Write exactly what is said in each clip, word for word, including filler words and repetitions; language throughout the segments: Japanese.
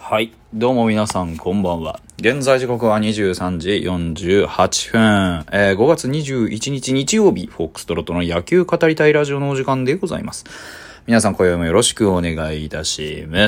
はい。どうも皆さん、こんばんは。現在時刻はにじゅうさんじよんじゅうはっぷん。えー、ごがつにじゅういちにち日曜日、フォックストロットの野球語りたいラジオのお時間でございます。皆さん、今宵もよろしくお願いいたします。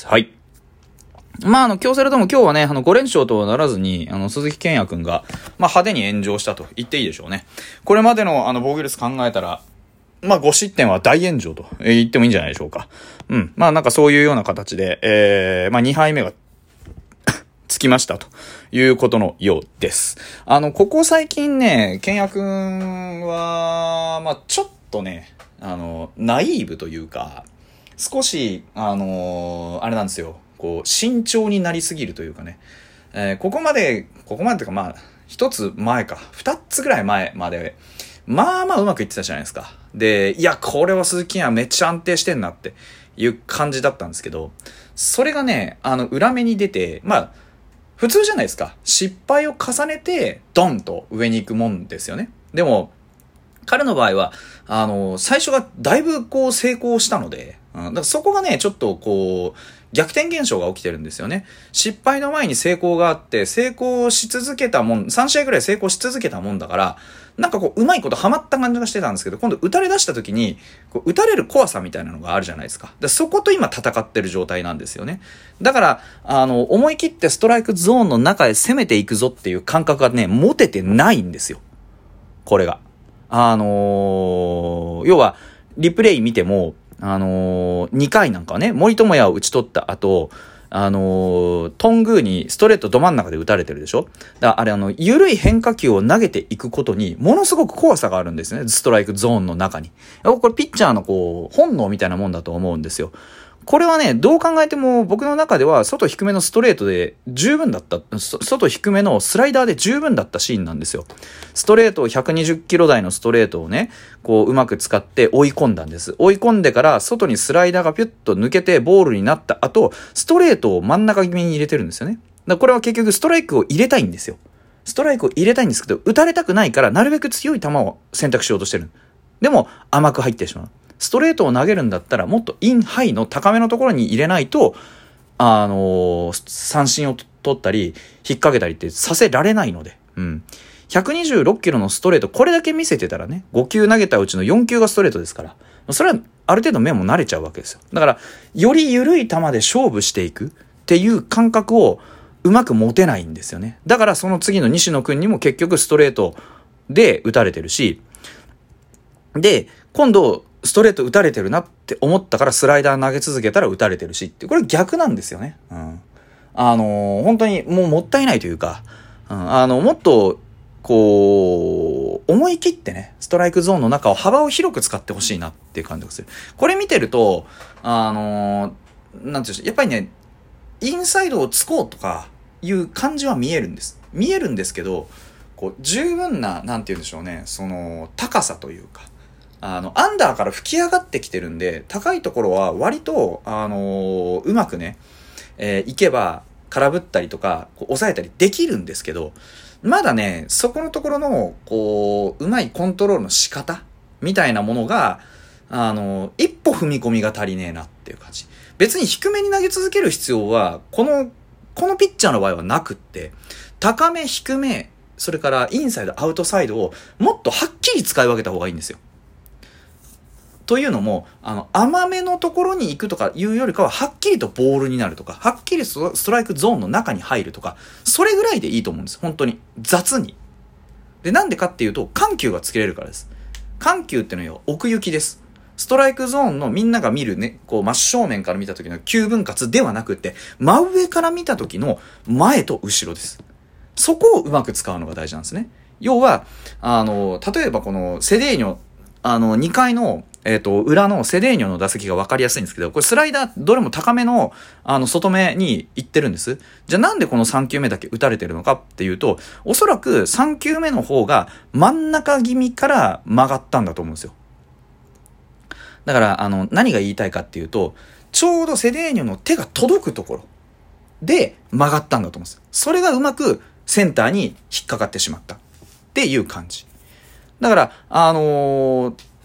はい。まあ、あの、京セラとも今日はね、あの、ご連勝とはならずに、あの、鈴木健也くんが、まあ、派手に炎上したと言っていいでしょうね。これまでの、あの、防御率考えたら、まあ、ご失点は大炎上と言ってもいいんじゃないでしょうか。うん。まあ、なんかそういうような形で、えー、まあ、にはいめがつきましたということのようです。あの、ここ最近ね、健也くんは、まあ、ちょっとね、あの、ナイーブというか、少し、あのー、あれなんですよ。こう、慎重になりすぎるというかね。えー、ここまで、ここまでというか、まあ、一つ前か、二つぐらい前まで、まあまあうまくいってたじゃないですか。で、いや、これは鈴木はめっちゃ安定してんなっていう感じだったんですけど、それがね、あの、裏目に出て、まあ、普通じゃないですか。失敗を重ねて、ドンと上に行くもんですよね。でも、彼の場合は、あの、最初がだいぶこう成功したので、うん、だからそこがね、ちょっとこう、逆転現象が起きてるんですよね。失敗の前に成功があって、成功し続けたもん、さんしあいぐらい成功し続けたもんだから、なんかこう、うまいことハマった感じがしてたんですけど、今度打たれ出した時に、こう打たれる怖さみたいなのがあるじゃないですか。でそこと今戦ってる状態なんですよね。だから、あの、思い切ってストライクゾーンの中へ攻めていくぞっていう感覚がね、持ててないんですよ。これが。あのー、要は、リプレイ見ても、あのー、にかいなんかはね、森友哉を打ち取った後、あのー、トングーにストレートど真ん中で打たれてるでしょ。だからあれあの、緩い変化球を投げていくことに、ものすごく怖さがあるんですね。ストライクゾーンの中に。これピッチャーのこう、本能みたいなもんだと思うんですよ。これはね、どう考えても僕の中では外低めのストレートで十分だった、外低めのスライダーで十分だったシーンなんですよ。ストレートをひゃくにじゅっキロ台のストレートをね、こううまく使って追い込んだんです。追い込んでから外にスライダーがピュッと抜けてボールになった後、ストレートを真ん中気味に入れてるんですよね。だからこれは結局ストライクを入れたいんですよ。ストライクを入れたいんですけど、打たれたくないからなるべく強い球を選択しようとしてる。でも甘く入ってしまう。ストレートを投げるんだったらもっとインハイの高めのところに入れないと、あのー、三振を取ったり引っ掛けたりってさせられないので、うん。ひゃくにじゅうろっキロのストレートこれだけ見せてたらね、ごきゅう投げたうちのよんきゅうがストレートですから、それはある程度目も慣れちゃうわけですよ。だからより緩い球で勝負していくっていう感覚をうまく持てないんですよね。だからその次の西野君にも結局ストレートで打たれてるし、で今度ストレート打たれてるなって思ったからスライダー投げ続けたら打たれてるしって、これ逆なんですよね。うん。あのー、本当にもうもったいないというか、うん、あの、もっと、こう、思い切ってね、ストライクゾーンの中を幅を広く使ってほしいなっていう感じがする。これ見てると、あのー、なんていうんでしょう、やっぱりね、インサイドをつこうとかいう感じは見えるんです。見えるんですけど、こう、十分な、なんていうんでしょうね、その、高さというか、あの、アンダーから吹き上がってきてるんで、高いところは割と、あのー、うまくね、えー、行けば空振ったりとか、こう抑えたりできるんですけど、まだね、そこのところの、こう、うまいコントロールの仕方みたいなものが、あのー、一歩踏み込みが足りねえなっていう感じ。別に低めに投げ続ける必要は、この、このピッチャーの場合はなくって、高め、低め、それからインサイド、アウトサイドをもっとはっきり使い分けた方がいいんですよ。というのも、あの、甘めのところに行くとかいうよりかは、はっきりとボールになるとか、はっきりストライクゾーンの中に入るとか、それぐらいでいいと思うんです。本当に。雑に。で、なんでかっていうと、緩急がつけれるからです。緩急ってのは奥行きです。ストライクゾーンのみんなが見るね、こう真正面から見た時の急分割ではなくって、真上から見た時の前と後ろです。そこをうまく使うのが大事なんですね。要は、あの、例えばこのセデーニョ、あの、にかいの、えっと、裏のセデーニョの打席が分かりやすいんですけど、これスライダーどれも高めの、あの、外目に行ってるんです。じゃあなんでこのさんきゅうめだけ打たれてるのかっていうと、おそらくさんきゅうめの方が真ん中気味から曲がったんだと思うんですよ。だから、あの、何が言いたいかっていうと、ちょうどセデーニョの手が届くところで曲がったんだと思うんです。それがうまくセンターに引っかかってしまったっていう感じ。だから、あのー、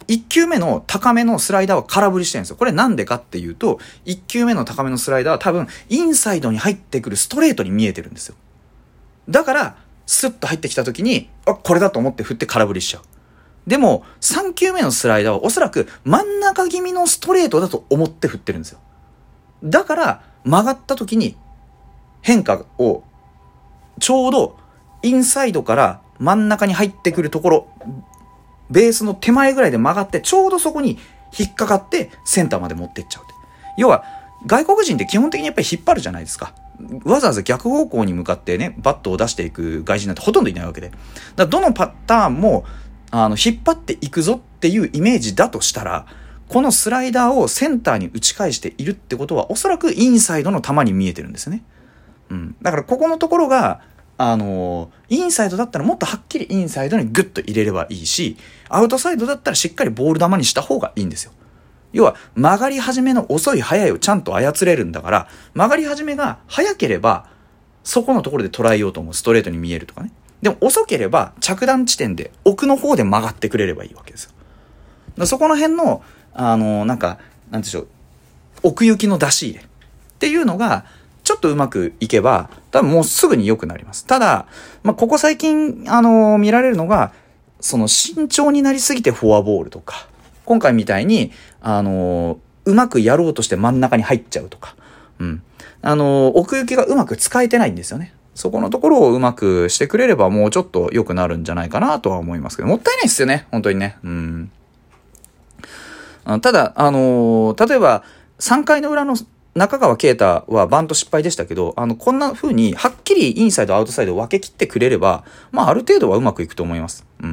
いっ球目の高めのスライダーは空振りしてるんですよ。これなんでかっていうと、いっ球目の高めのスライダーは多分、インサイドに入ってくるストレートに見えてるんですよ。だから、スッと入ってきた時に、あ、これだと思って振って空振りしちゃう。でも、さん球目のスライダーはおそらく真ん中気味のストレートだと思って振ってるんですよ。だから、曲がった時に変化を、ちょうどインサイドから真ん中に入ってくるところ、ベースの手前ぐらいで曲がって、ちょうどそこに引っかかってセンターまで持ってっちゃう。要は、外国人って基本的にやっぱり引っ張るじゃないですか。わざわざ逆方向に向かってね、バットを出していく外人なんてほとんどいないわけで。だからどのパターンも、あの、引っ張っていくぞっていうイメージだとしたら、このスライダーをセンターに打ち返しているってことは、おそらくインサイドの球に見えてるんですね。うん。だからここのところが、あのー、インサイドだったらもっとはっきりインサイドにグッと入れればいいし、アウトサイドだったらしっかりボール球にした方がいいんですよ。要は、曲がり始めの遅い速いをちゃんと操れるんだから、曲がり始めが速ければ、そこのところで捉えようと思う。ストレートに見えるとかね。でも遅ければ、着弾地点で奥の方で曲がってくれればいいわけですよ。だからそこの辺の、あのー、なんか、なんでしょう、奥行きの出し入れっていうのが、ちょっとうまくいけば、多分もうすぐに良くなります。ただ、まあ、ここ最近、あのー、見られるのが、その慎重になりすぎてフォアボールとか、今回みたいに、あのー、うまくやろうとして真ん中に入っちゃうとか、うん。あのー、奥行きがうまく使えてないんですよね。そこのところをうまくしてくれればもうちょっと良くなるんじゃないかなとは思いますけど、もったいないですよね、本当にね。うん。ただ、あのー、例えば、さんかいの裏の中川圭太はバント失敗でしたけど、あの、こんな風にはっきりインサイドアウトサイドを分け切ってくれれば、まあ、ある程度はうまくいくと思います。うん。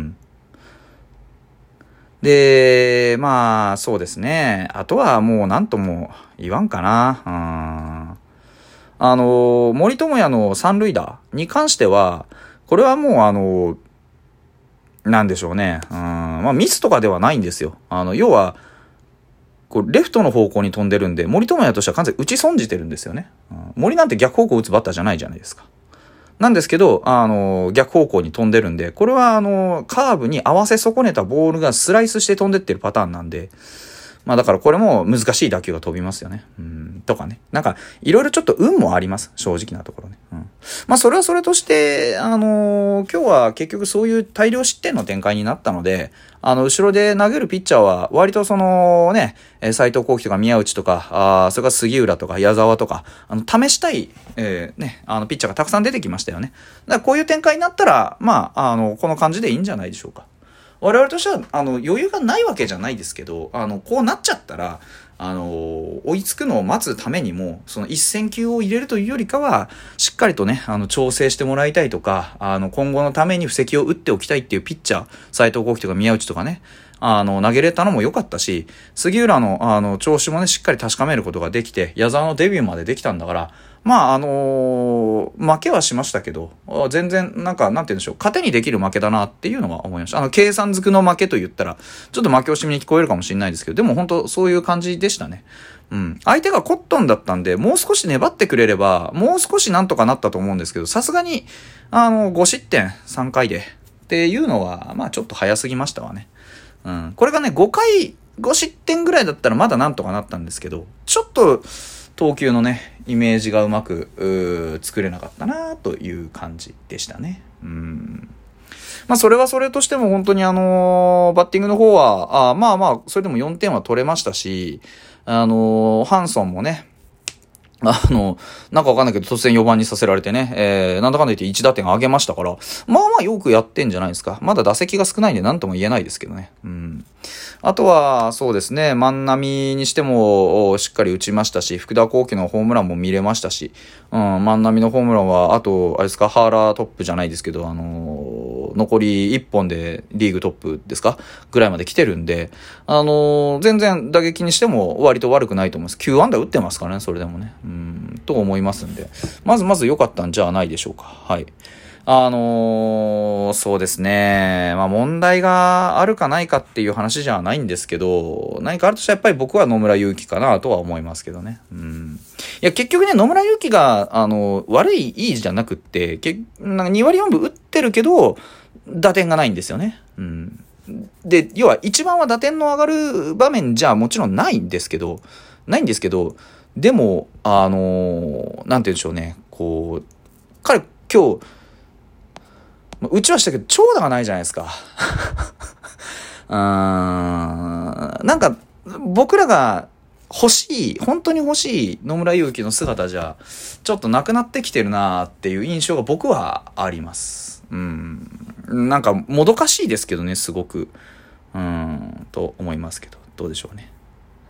で、まあ、そうですね。あとはもう何とも言わんかな。うん。あの、森友哉の三塁打に関しては、これはもうあの、なんでしょうね。うん。まあ、ミスとかではないんですよ。あの、要は、こうレフトの方向に飛んでるんで、森友哉としては完全に打ち損じてるんですよね。うん、森なんて逆方向打つバッターじゃないじゃないですか。なんですけど、あの、逆方向に飛んでるんで、これはあの、カーブに合わせ損ねたボールがスライスして飛んでってるパターンなんで、まあだからこれも難しい打球が飛びますよね。うん、とかね。なんか、いろいろちょっと運もあります。正直なところね。うん、まあそれはそれとして、あのー、今日は結局そういう大量失点の展開になったので、あの、後ろで投げるピッチャーは、割とそのね、斉藤幸輝とか宮内とか、あそれから杉浦とか矢沢とか、あの、試したい、えー、ね、あの、ピッチャーがたくさん出てきましたよね。だからこういう展開になったら、まあ、あの、この感じでいいんじゃないでしょうか。我々としては、あの、余裕がないわけじゃないですけど、あの、こうなっちゃったら、あの、追いつくのを待つためにも、その一戦級を入れるというよりかは、しっかりとね、あの、調整してもらいたいとか、あの、今後のために布石を打っておきたいっていうピッチャー、斉藤幸輝とか宮内とかね、あの、投げれたのも良かったし、杉浦の、あの、調子もね、しっかり確かめることができて、矢沢のデビューまでできたんだから、まあ、あのー、負けはしましたけど、全然、なんか、なんて言うんでしょう、勝てにできる負けだなっていうのは思いました。あの、計算づくの負けと言ったら、ちょっと負け惜しみに聞こえるかもしれないですけど、でも本当そういう感じでしたね。うん。相手がコットンだったんで、もう少し粘ってくれれば、もう少しなんとかなったと思うんですけど、さすがに、あの、ご失点、さんかいで、っていうのは、まあ、ちょっと早すぎましたわね。うん。これがね、ごかい、ご失点ぐらいだったらまだなんとかなったんですけど、ちょっと、投球のね、イメージがうまく作れなかったなという感じでしたね。うん。まあそれはそれとしても本当にあのー、バッティングの方は、あまあまあ、それでもよんてんは取れましたし、あのー、ハンソンもね、あの、なんかわかんないけど突然よばんにさせられてね、えー、なんだかんだ言っていち打点上げましたから、まあまあよくやってんじゃないですか。まだ打席が少ないんで何とも言えないですけどね。うん。あとは、そうですね、万波にしてもしっかり打ちましたし、福田幸輝のホームランも見れましたし、うん、万波のホームランは、あと、あれですか、ハーラートップじゃないですけど、あのー、残りいっぽんでリーグトップですかぐらいまで来てるんで、あのー、全然打撃にしても割と悪くないと思います。きゅう安打打ってますからね、それでもね。うん、と思いますんで。まずまず良かったんじゃないでしょうか。はい。あのー、そうですね。まあ問題があるかないかっていう話じゃないんですけど、何かあるとしたらやっぱり僕は野村祐希かなとは思いますけどね。うん。いや結局ね、野村祐希が、あの、悪い、いいじゃなくって、けなんかに割よんぶ打ってるけど、打点がないんですよね。うん。 で、要は一番は打点の上がる場面じゃもちろんないんですけど、ないんですけど、でも、あのー、なんて言うんでしょうね、こう、彼今日、うちはしたけど長打がないじゃないですか。うーん、なんか、僕らが欲しい、本当に欲しい野村祐希の姿じゃ、ちょっとなくなってきてるなっていう印象が僕はあります。うん。なんか、もどかしいですけどね、すごく。うん、と思いますけど、どうでしょうね。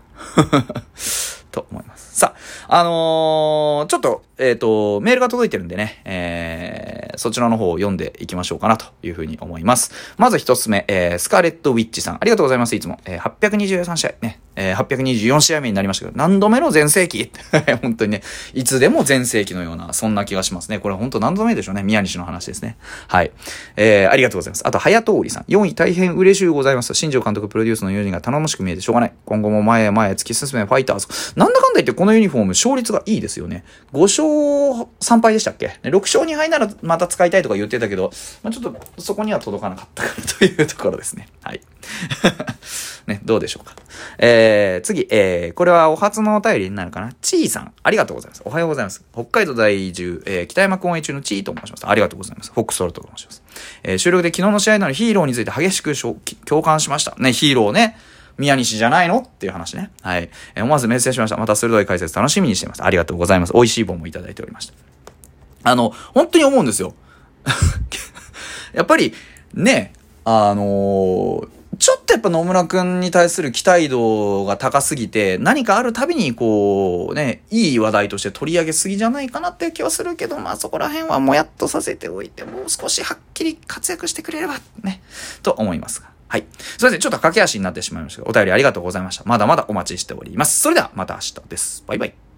と思います。さあ、あのー、ちょっと、えっと、メールが届いてるんでね、えー、そちらの方を読んでいきましょうかなというふうに思います。まず一つ目、えー、スカーレット・ウィッチさん。ありがとうございます、いつも。えー、はっぴゃくにじゅうさん試合ね、えー、はっぴゃくにじゅうよん試合目になりましたけど、何度目の全盛期本当にね、いつでも全盛期のような、そんな気がしますね。これ本当何度目でしょうね。宮西の話ですね。はい。えー、ありがとうございます。あと、早通りさん。よんい大変嬉しゅうございます。新庄監督プロデュースの友人が頼もしく見えてしょうがない。今後も前へ前へ突き進めファイターズ。なんだかんだ言ってこのユニフォーム勝率がいいですよね。ご勝さん敗でしたっけ？ろく勝に敗ならまた使いたいとか言ってたけど、まあ、ちょっとそこには届かなかったかなというところですね。はい。ね、どうでしょうか。えー、次、えー、これはお初のお便りになるかな。ちーさん、ありがとうございます。おはようございます。北海道在住、えー、北山公演中のちーと申します。ありがとうございます。フォックストロットと申します。えー、収録で昨日の試合のヒーローについて激しく共感しました。ね、ヒーローね。宮西じゃないのっていう話ね。はい。えー、思わずメッセージしました。また鋭い解説楽しみにしています。ありがとうございます。美味しい棒もいただいておりました。あの、本当に思うんですよ。やっぱり、ね、あのー、ちょっとやっぱ野村くんに対する期待度が高すぎて、何かあるたびにこう、ね、いい話題として取り上げすぎじゃないかなっていう気はするけど、まあそこら辺はもやっとさせておいて、もう少しはっきり活躍してくれれば、ね、と思いますが。はい。すいません。ちょっと駆け足になってしまいましたが、お便りありがとうございました。まだまだお待ちしております。それではまた明日です。バイバイ。